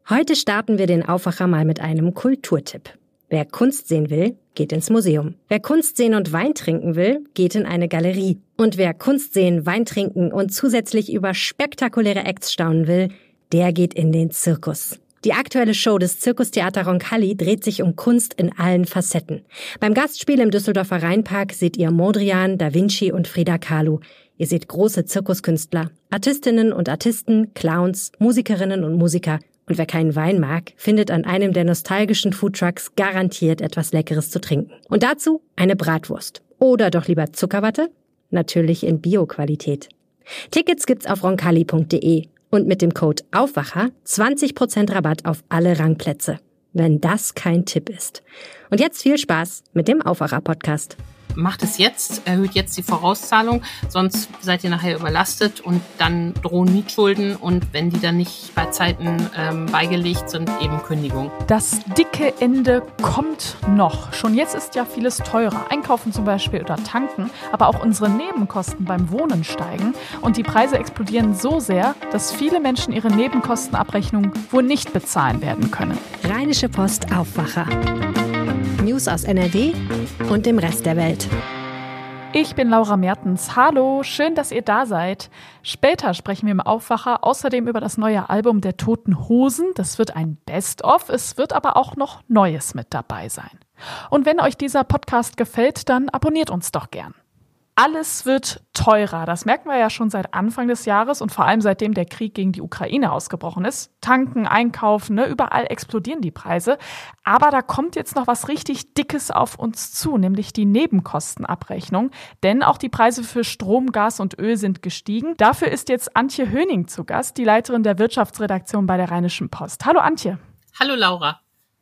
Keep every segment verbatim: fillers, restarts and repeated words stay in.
Heute starten wir den Aufwacher mal mit einem Kulturtipp. Wer Kunst sehen will, geht ins Museum. Wer Kunst sehen und Wein trinken will, geht in eine Galerie. Und wer Kunst sehen, Wein trinken und zusätzlich über spektakuläre Acts staunen will, der geht in den Zirkus. Die aktuelle Show des Zirkustheater Roncalli dreht sich um Kunst in allen Facetten. Beim Gastspiel im Düsseldorfer Rheinpark seht ihr Mondrian, Da Vinci und Frida Kahlo. Ihr seht große Zirkuskünstler, Artistinnen und Artisten, Clowns, Musikerinnen und Musiker. Und wer keinen Wein mag, findet an einem der nostalgischen Foodtrucks garantiert etwas Leckeres zu trinken. Und dazu eine Bratwurst. Oder doch lieber Zuckerwatte? Natürlich in Bio-Qualität. Tickets gibt's auf roncalli punkt de und mit dem Code Aufwacher zwanzig Prozent Rabatt auf alle Rangplätze. Wenn das kein Tipp ist. Und jetzt viel Spaß mit dem Aufwacher-Podcast. Macht es jetzt, erhöht jetzt die Vorauszahlung, sonst seid ihr nachher überlastet und dann drohen Mietschulden und wenn die dann nicht bei Zeiten ähm, beigelegt sind, eben Kündigung. Das dicke Ende kommt noch. Schon jetzt ist ja vieles teurer. Einkaufen zum Beispiel oder tanken, aber auch unsere Nebenkosten beim Wohnen steigen und die Preise explodieren so sehr, dass viele Menschen ihre Nebenkostenabrechnung wohl nicht bezahlen werden können. Rheinische Post Aufwacher. News aus N R W und dem Rest der Welt. Ich bin Laura Mertens. Hallo, schön, dass ihr da seid. Später sprechen wir im Aufwacher außerdem über das neue Album der Toten Hosen. Das wird ein Best-of, es wird aber auch noch Neues mit dabei sein. Und wenn euch dieser Podcast gefällt, dann abonniert uns doch gern. Alles wird teurer. Das merken wir ja schon seit Anfang des Jahres und vor allem seitdem der Krieg gegen die Ukraine ausgebrochen ist. Tanken, einkaufen, ne, überall explodieren die Preise. Aber da kommt jetzt noch was richtig Dickes auf uns zu, nämlich die Nebenkostenabrechnung. Denn auch die Preise für Strom, Gas und Öl sind gestiegen. Dafür ist jetzt Antje Höning zu Gast, die Leiterin der Wirtschaftsredaktion bei der Rheinischen Post. Hallo Antje. Hallo Laura.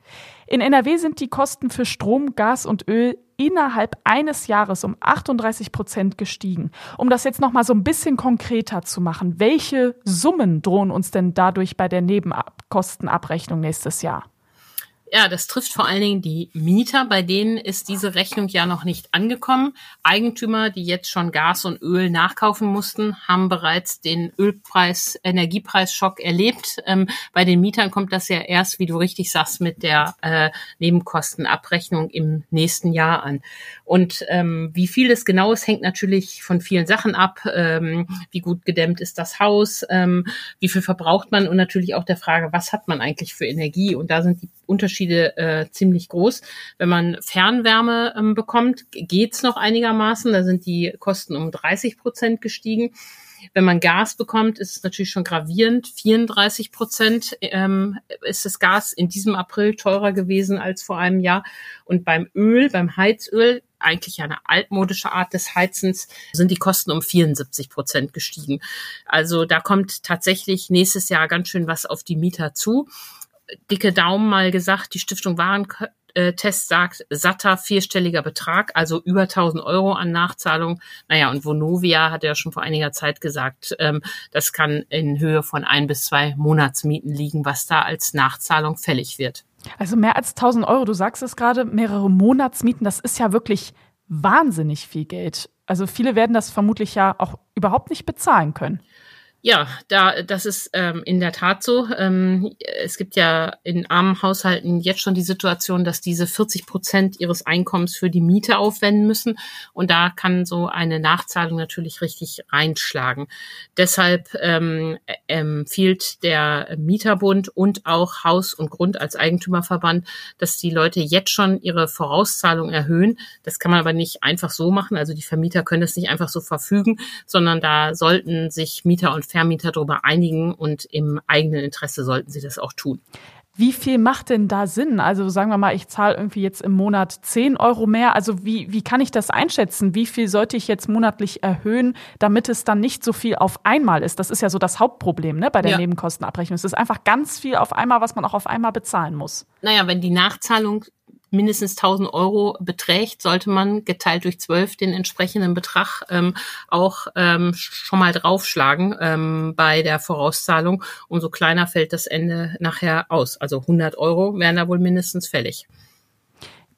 In N R W sind die Kosten für Strom, Gas und Öl innerhalb eines Jahres um achtunddreißig Prozent gestiegen. Um das jetzt noch mal so ein bisschen konkreter zu machen, welche Summen drohen uns denn dadurch bei der Nebenkostenabrechnung nächstes Jahr? Ja, das trifft vor allen Dingen die Mieter, bei denen ist diese Rechnung ja noch nicht angekommen. Eigentümer, die jetzt schon Gas und Öl nachkaufen mussten, haben bereits den Ölpreis, Energiepreisschock erlebt. Ähm, bei den Mietern kommt das ja erst, wie du richtig sagst, mit der äh, Nebenkostenabrechnung im nächsten Jahr an. Und ähm, wie viel es genau ist, hängt natürlich von vielen Sachen ab. Ähm, wie gut gedämmt ist das Haus, ähm, wie viel verbraucht man und natürlich auch der Frage, was hat man eigentlich für Energie? Und da sind die Unterschiede äh, ziemlich groß. Wenn man Fernwärme ähm, bekommt, geht's noch einigermaßen. Da sind die Kosten um dreißig Prozent gestiegen. Wenn man Gas bekommt, ist es natürlich schon gravierend. vierunddreißig Prozent ähm, ist das Gas in diesem April teurer gewesen als vor einem Jahr. Und beim Öl, beim Heizöl, eigentlich eine altmodische Art des Heizens, sind die Kosten um vierundsiebzig Prozent gestiegen. Also da kommt tatsächlich nächstes Jahr ganz schön was auf die Mieter zu. Dicke Daumen mal gesagt, die Stiftung Warentest sagt, satter vierstelliger Betrag, also über tausend Euro an Nachzahlung. Naja, und Vonovia hat ja schon vor einiger Zeit gesagt, ähm, das kann in Höhe von ein bis zwei Monatsmieten liegen, was da als Nachzahlung fällig wird. Also mehr als tausend Euro, du sagst es gerade, mehrere Monatsmieten, das ist ja wirklich wahnsinnig viel Geld. Also viele werden das vermutlich ja auch überhaupt nicht bezahlen können. Ja, da das ist ähm, in der Tat so. Ähm, es gibt ja in armen Haushalten jetzt schon die Situation, dass diese vierzig Prozent ihres Einkommens für die Miete aufwenden müssen. Und da kann so eine Nachzahlung natürlich richtig reinschlagen. Deshalb ähm, empfiehlt der Mieterbund und auch Haus und Grund als Eigentümerverband, dass die Leute jetzt schon ihre Vorauszahlung erhöhen. Das kann man aber nicht einfach so machen. Also die Vermieter können es nicht einfach so verfügen, sondern da sollten sich Mieter und Vermieter darüber einigen und im eigenen Interesse sollten sie das auch tun. Wie viel macht denn da Sinn? Also sagen wir mal, ich zahle irgendwie jetzt im Monat zehn Euro mehr. Also wie, wie kann ich das einschätzen? Wie viel sollte ich jetzt monatlich erhöhen, damit es dann nicht so viel auf einmal ist? Das ist ja so das Hauptproblem, ne, bei der ja. Nebenkostenabrechnung. Es ist einfach ganz viel auf einmal, was man auch auf einmal bezahlen muss. Naja, wenn die Nachzahlung mindestens tausend Euro beträgt, sollte man geteilt durch zwölf den entsprechenden Betrag ähm, auch ähm, schon mal draufschlagen ähm, bei der Vorauszahlung. Umso kleiner fällt das Ende nachher aus. Also hundert Euro wären da wohl mindestens fällig.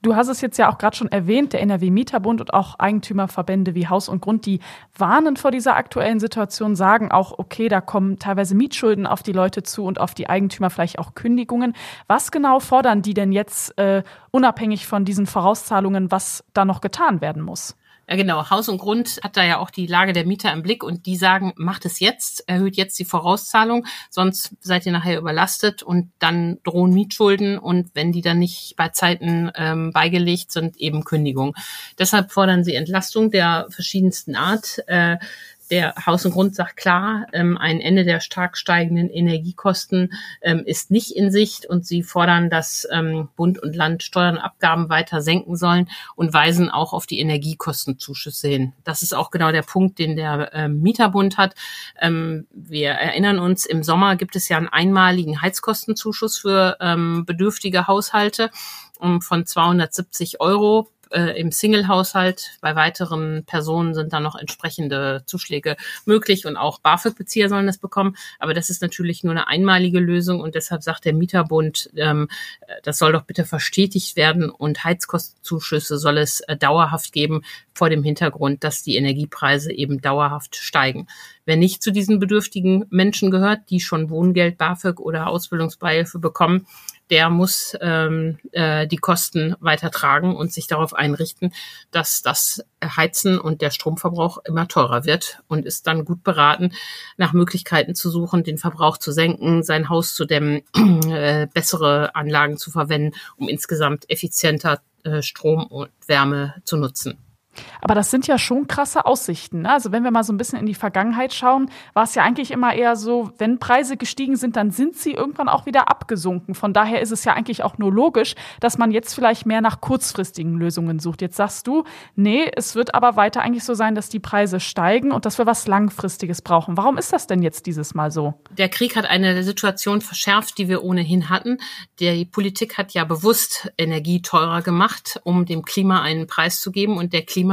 Du hast es jetzt ja auch gerade schon erwähnt, der N R W-Mieterbund und auch Eigentümerverbände wie Haus und Grund, die warnen vor dieser aktuellen Situation, sagen auch, okay, da kommen teilweise Mietschulden auf die Leute zu und auf die Eigentümer vielleicht auch Kündigungen. Was genau fordern die denn jetzt, äh, unabhängig von diesen Vorauszahlungen, was da noch getan werden muss? Ja, genau. Haus und Grund hat da ja auch die Lage der Mieter im Blick und die sagen, macht es jetzt, erhöht jetzt die Vorauszahlung, sonst seid ihr nachher überlastet und dann drohen Mietschulden und wenn die dann nicht bei Zeiten ähm, beigelegt sind, eben Kündigung. Deshalb fordern sie Entlastung der verschiedensten Art. Äh, Der Haus und Grund sagt klar, ähm, ein Ende der stark steigenden Energiekosten ähm, ist nicht in Sicht und sie fordern, dass ähm, Bund und Land Steuern und Abgaben weiter senken sollen und weisen auch auf die Energiekostenzuschüsse hin. Das ist auch genau der Punkt, den der ähm, Mieterbund hat. Ähm, wir erinnern uns, im Sommer gibt es ja einen einmaligen Heizkostenzuschuss für ähm, bedürftige Haushalte um, von zweihundertsiebzig Euro. Im Single-Haushalt. Bei weiteren Personen sind dann noch entsprechende Zuschläge möglich und auch BAföG-Bezieher sollen das bekommen. Aber das ist natürlich nur eine einmalige Lösung und deshalb sagt der Mieterbund, ähm, das soll doch bitte verstetigt werden und Heizkostenzuschüsse soll es äh, dauerhaft geben vor dem Hintergrund, dass die Energiepreise eben dauerhaft steigen. Wer nicht zu diesen bedürftigen Menschen gehört, die schon Wohngeld, BAföG oder Ausbildungsbeihilfe bekommen, der muss ähm, äh, die Kosten weiter tragen und sich darauf einrichten, dass das Heizen und der Stromverbrauch immer teurer wird und ist dann gut beraten, nach Möglichkeiten zu suchen, den Verbrauch zu senken, sein Haus zu dämmen, äh, bessere Anlagen zu verwenden, um insgesamt effizienter äh, Strom und Wärme zu nutzen. Aber das sind ja schon krasse Aussichten, ne? Also wenn wir mal so ein bisschen in die Vergangenheit schauen, war es ja eigentlich immer eher so, wenn Preise gestiegen sind, dann sind sie irgendwann auch wieder abgesunken. Von daher ist es ja eigentlich auch nur logisch, dass man jetzt vielleicht mehr nach kurzfristigen Lösungen sucht. Jetzt sagst du, nee, es wird aber weiter eigentlich so sein, dass die Preise steigen und dass wir was Langfristiges brauchen. Warum ist das denn jetzt dieses Mal so? Der Krieg hat eine Situation verschärft, die wir ohnehin hatten. Die Politik hat ja bewusst Energie teurer gemacht, um dem Klima einen Preis zu geben und der Klimanutzung.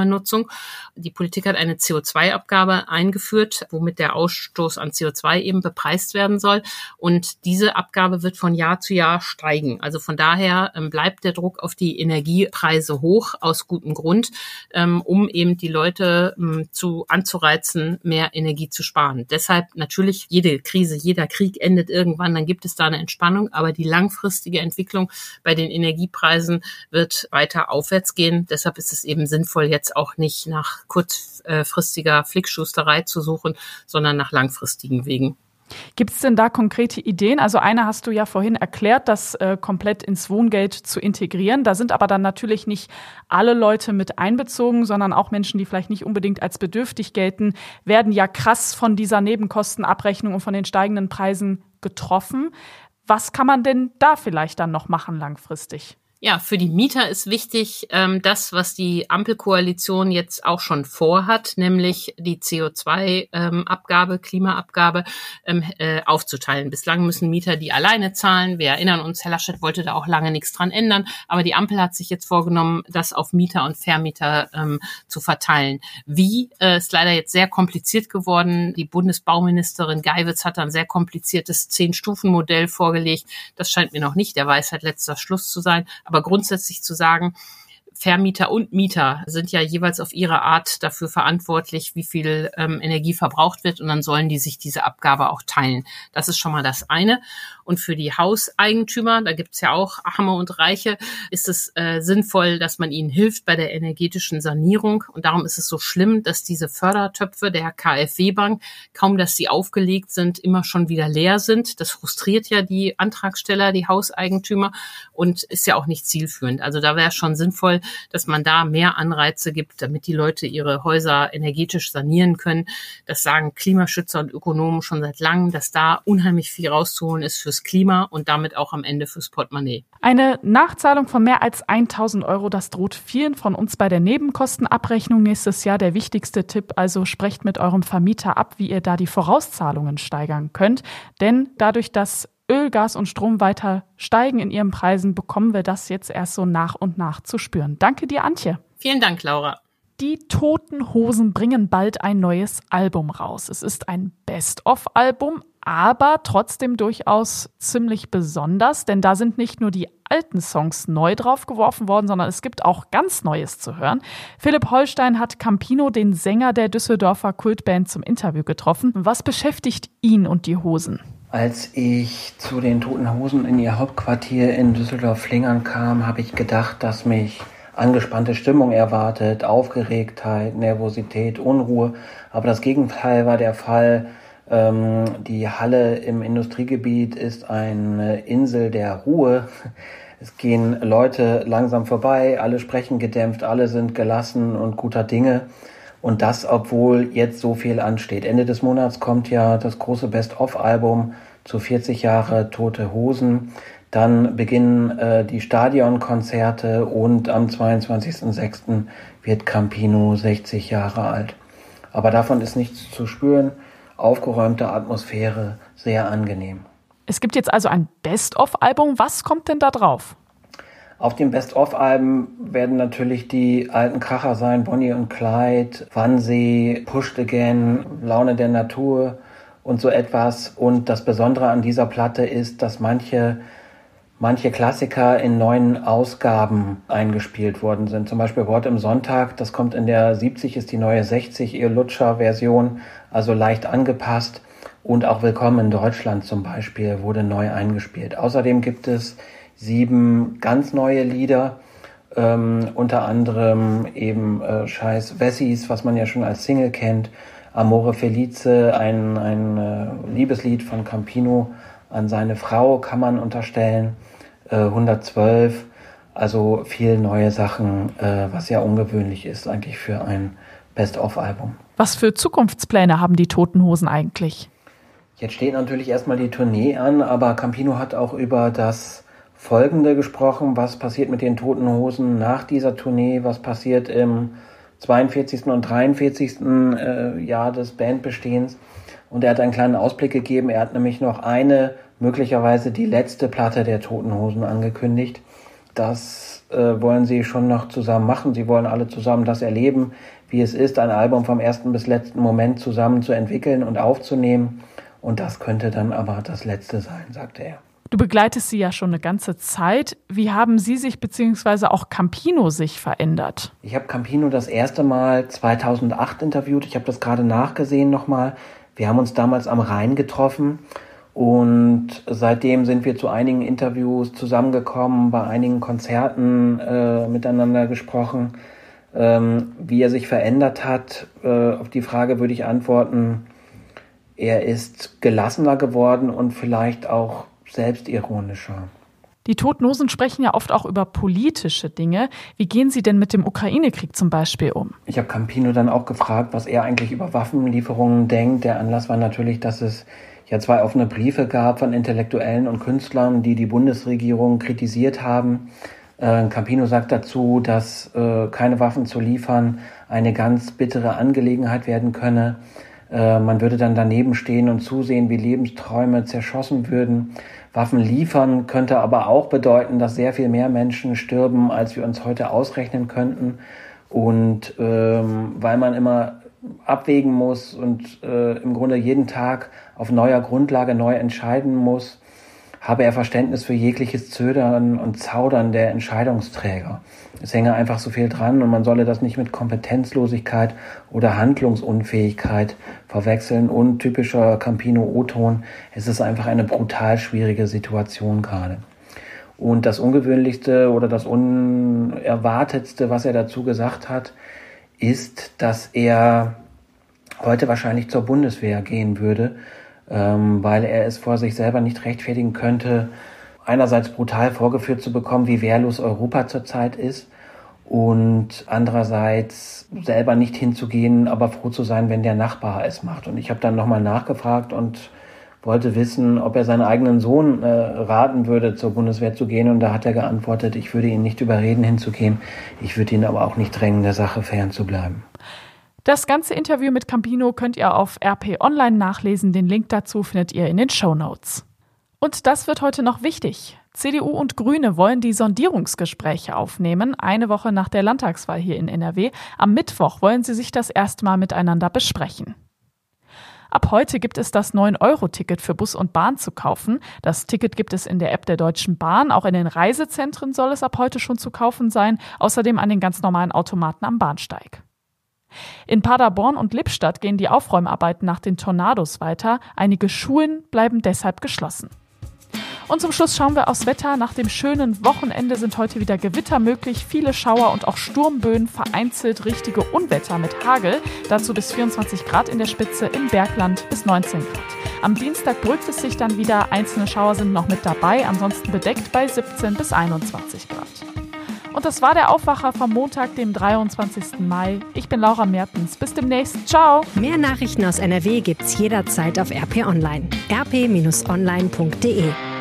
Die Politik hat eine C O zwei Abgabe eingeführt, womit der Ausstoß an C O zwei eben bepreist werden soll. Und diese Abgabe wird von Jahr zu Jahr steigen. Also von daher ähm, bleibt der Druck auf die Energiepreise hoch, aus gutem Grund, ähm, um eben die Leute ähm, zu anzureizen, mehr Energie zu sparen. Deshalb natürlich jede Krise, jeder Krieg endet irgendwann, dann gibt es da eine Entspannung. Aber die langfristige Entwicklung bei den Energiepreisen wird weiter aufwärts gehen. Deshalb ist es eben sinnvoll, jetzt auch nicht nach kurzfristiger Flickschusterei zu suchen, sondern nach langfristigen Wegen. Gibt es denn da konkrete Ideen? Also eine hast du ja vorhin erklärt, das äh, komplett ins Wohngeld zu integrieren. Da sind aber dann natürlich nicht alle Leute mit einbezogen, sondern auch Menschen, die vielleicht nicht unbedingt als bedürftig gelten, werden ja krass von dieser Nebenkostenabrechnung und von den steigenden Preisen getroffen. Was kann man denn da vielleicht dann noch machen langfristig? Ja, für die Mieter ist wichtig, ähm, das, was die Ampelkoalition jetzt auch schon vorhat, nämlich die C O zwei Abgabe, Klimaabgabe ähm, äh, aufzuteilen. Bislang müssen Mieter die alleine zahlen. Wir erinnern uns, Herr Laschet wollte da auch lange nichts dran ändern, aber die Ampel hat sich jetzt vorgenommen, das auf Mieter und Vermieter ähm, zu verteilen. Wie, äh, ist leider jetzt sehr kompliziert geworden. Die Bundesbauministerin Geiwitz hat ein sehr kompliziertes Zehn-Stufen-Modell vorgelegt. Das scheint mir noch nicht der Weisheit letzter Schluss zu sein. Aber grundsätzlich zu sagen, Vermieter und Mieter sind ja jeweils auf ihre Art dafür verantwortlich, wie viel ähm, Energie verbraucht wird und dann sollen die sich diese Abgabe auch teilen. Das ist schon mal das eine. Und für die Hauseigentümer, da gibt's ja auch Arme und Reiche, ist es äh, sinnvoll, dass man ihnen hilft bei der energetischen Sanierung. Und darum ist es so schlimm, dass diese Fördertöpfe der KfW-Bank, kaum dass sie aufgelegt sind, immer schon wieder leer sind. Das frustriert ja die Antragsteller, die Hauseigentümer und ist ja auch nicht zielführend. Also da wäre es schon sinnvoll, dass man da mehr Anreize gibt, damit die Leute ihre Häuser energetisch sanieren können. Das sagen Klimaschützer und Ökonomen schon seit langem, dass da unheimlich viel rauszuholen ist fürs Klima und damit auch am Ende fürs Portemonnaie. Eine Nachzahlung von mehr als tausend Euro, das droht vielen von uns bei der Nebenkostenabrechnung nächstes Jahr. Der wichtigste Tipp, also sprecht mit eurem Vermieter ab, wie ihr da die Vorauszahlungen steigern könnt. Denn dadurch, dass Öl, Gas und Strom weiter steigen in ihren Preisen, bekommen wir das jetzt erst so nach und nach zu spüren. Danke dir, Antje. Vielen Dank, Laura. Die Toten Hosen bringen bald ein neues Album raus. Es ist ein Best-of-Album, aber trotzdem durchaus ziemlich besonders, denn da sind nicht nur die alten Songs neu draufgeworfen worden, sondern es gibt auch ganz Neues zu hören. Philipp Holstein hat Campino, den Sänger der Düsseldorfer Kultband, zum Interview getroffen. Was beschäftigt ihn und die Hosen? Als ich zu den Toten Hosen in ihr Hauptquartier in Düsseldorf-Flingern kam, habe ich gedacht, dass mich angespannte Stimmung erwartet, Aufgeregtheit, Nervosität, Unruhe. Aber das Gegenteil war der Fall. Ähm, die Halle im Industriegebiet ist eine Insel der Ruhe. Es gehen Leute langsam vorbei, alle sprechen gedämpft, alle sind gelassen und guter Dinge. Und das, obwohl jetzt so viel ansteht. Ende des Monats kommt ja das große Best-of-Album zu vierzig Jahre Tote Hosen. Dann beginnen äh, die Stadionkonzerte und am zweiundzwanzigsten sechsten wird Campino sechzig Jahre alt. Aber davon ist nichts zu spüren. Aufgeräumte Atmosphäre, sehr angenehm. Es gibt jetzt also ein Best-of-Album. Was kommt denn da drauf? Auf dem Best-of-Alben werden natürlich die alten Kracher sein, Bonnie und Clyde, Wannsee, Pushed Again, Laune der Natur und so etwas. Und das Besondere an dieser Platte ist, dass manche manche Klassiker in neuen Ausgaben eingespielt worden sind. Zum Beispiel Wort im Sonntag, das kommt in der siebzig, ist die neue sechzig, ihr Lutscher-Version, also leicht angepasst. Und auch Willkommen in Deutschland zum Beispiel wurde neu eingespielt. Außerdem gibt es sieben ganz neue Lieder, ähm, unter anderem eben äh, Scheiß Wessis, was man ja schon als Single kennt, Amore Felice, ein, ein äh, Liebeslied von Campino an seine Frau, kann man unterstellen, äh, hundertzwölf, also viel neue Sachen, äh, was ja ungewöhnlich ist eigentlich für ein Best-of-Album. Was für Zukunftspläne haben die Toten Hosen eigentlich? Jetzt steht natürlich erstmal die Tournee an, aber Campino hat auch über das Folgende gesprochen, was passiert mit den Toten Hosen nach dieser Tournee, was passiert im zweiundvierzigsten und dreiundvierzigsten Äh, Jahr des Bandbestehens. Und er hat einen kleinen Ausblick gegeben. Er hat nämlich noch eine, möglicherweise die letzte Platte der Toten Hosen angekündigt. Das äh, wollen sie schon noch zusammen machen. Sie wollen alle zusammen das erleben, wie es ist, ein Album vom ersten bis letzten Moment zusammen zu entwickeln und aufzunehmen. Und das könnte dann aber das letzte sein, sagte er. Du begleitest sie ja schon eine ganze Zeit. Wie haben Sie sich bzw. auch Campino sich verändert? Ich habe Campino das erste Mal zweitausendacht interviewt. Ich habe das gerade nachgesehen nochmal. Wir haben uns damals am Rhein getroffen und seitdem sind wir zu einigen Interviews zusammengekommen, bei einigen Konzerten äh, miteinander gesprochen. Ähm, wie er sich verändert hat, äh, auf die Frage würde ich antworten, er ist gelassener geworden und vielleicht auch selbstironischer. Die Toten Hosen sprechen ja oft auch über politische Dinge. Wie gehen Sie denn mit dem Ukraine-Krieg zum Beispiel um? Ich habe Campino dann auch gefragt, was er eigentlich über Waffenlieferungen denkt. Der Anlass war natürlich, dass es ja zwei offene Briefe gab von Intellektuellen und Künstlern, die die Bundesregierung kritisiert haben. Äh, Campino sagt dazu, dass äh, keine Waffen zu liefern eine ganz bittere Angelegenheit werden könne. Äh, man würde dann daneben stehen und zusehen, wie Lebensträume zerschossen würden. Waffen liefern könnte aber auch bedeuten, dass sehr viel mehr Menschen stirben, als wir uns heute ausrechnen könnten. Und ähm, weil man immer abwägen muss und äh, im Grunde jeden Tag auf neuer Grundlage neu entscheiden muss, habe er Verständnis für jegliches Zögern und Zaudern der Entscheidungsträger. Es hänge einfach so viel dran und man solle das nicht mit Kompetenzlosigkeit oder Handlungsunfähigkeit verwechseln. Und typischer Campino-O-Ton, es ist einfach eine brutal schwierige Situation gerade. Und das Ungewöhnlichste oder das Unerwartetste, was er dazu gesagt hat, ist, dass er heute wahrscheinlich zur Bundeswehr gehen würde, ähm, weil er es vor sich selber nicht rechtfertigen könnte, einerseits brutal vorgeführt zu bekommen, wie wehrlos Europa zurzeit ist und andererseits selber nicht hinzugehen, aber froh zu sein, wenn der Nachbar es macht. Und ich habe dann nochmal nachgefragt und wollte wissen, ob er seinen eigenen Sohn äh, raten würde, zur Bundeswehr zu gehen. Und da hat er geantwortet, ich würde ihn nicht überreden, hinzugehen. Ich würde ihn aber auch nicht drängen, der Sache fernzubleiben. Das ganze Interview mit Campino könnt ihr auf R P Online nachlesen. Den Link dazu findet ihr in den Shownotes. Und das wird heute noch wichtig. C D U und Grüne wollen die Sondierungsgespräche aufnehmen, eine Woche nach der Landtagswahl hier in N R W. Am Mittwoch wollen sie sich das erste Mal miteinander besprechen. Ab heute gibt es das neun Euro Ticket für Bus und Bahn zu kaufen. Das Ticket gibt es in der App der Deutschen Bahn. Auch in den Reisezentren soll es ab heute schon zu kaufen sein. Außerdem an den ganz normalen Automaten am Bahnsteig. In Paderborn und Lippstadt gehen die Aufräumarbeiten nach den Tornados weiter. Einige Schulen bleiben deshalb geschlossen. Und zum Schluss schauen wir aufs Wetter. Nach dem schönen Wochenende sind heute wieder Gewitter möglich, viele Schauer und auch Sturmböen, vereinzelt richtige Unwetter mit Hagel. Dazu bis vierundzwanzig Grad in der Spitze, im Bergland bis neunzehn Grad. Am Dienstag beruhigt es sich dann wieder, einzelne Schauer sind noch mit dabei, ansonsten bedeckt bei siebzehn bis einundzwanzig Grad. Und das war der Aufwacher vom Montag, dem dreiundzwanzigsten Mai. Ich bin Laura Mertens. Bis demnächst. Ciao. Mehr Nachrichten aus N R W gibt's jederzeit auf R P Online. r p Bindestrich online punkt d e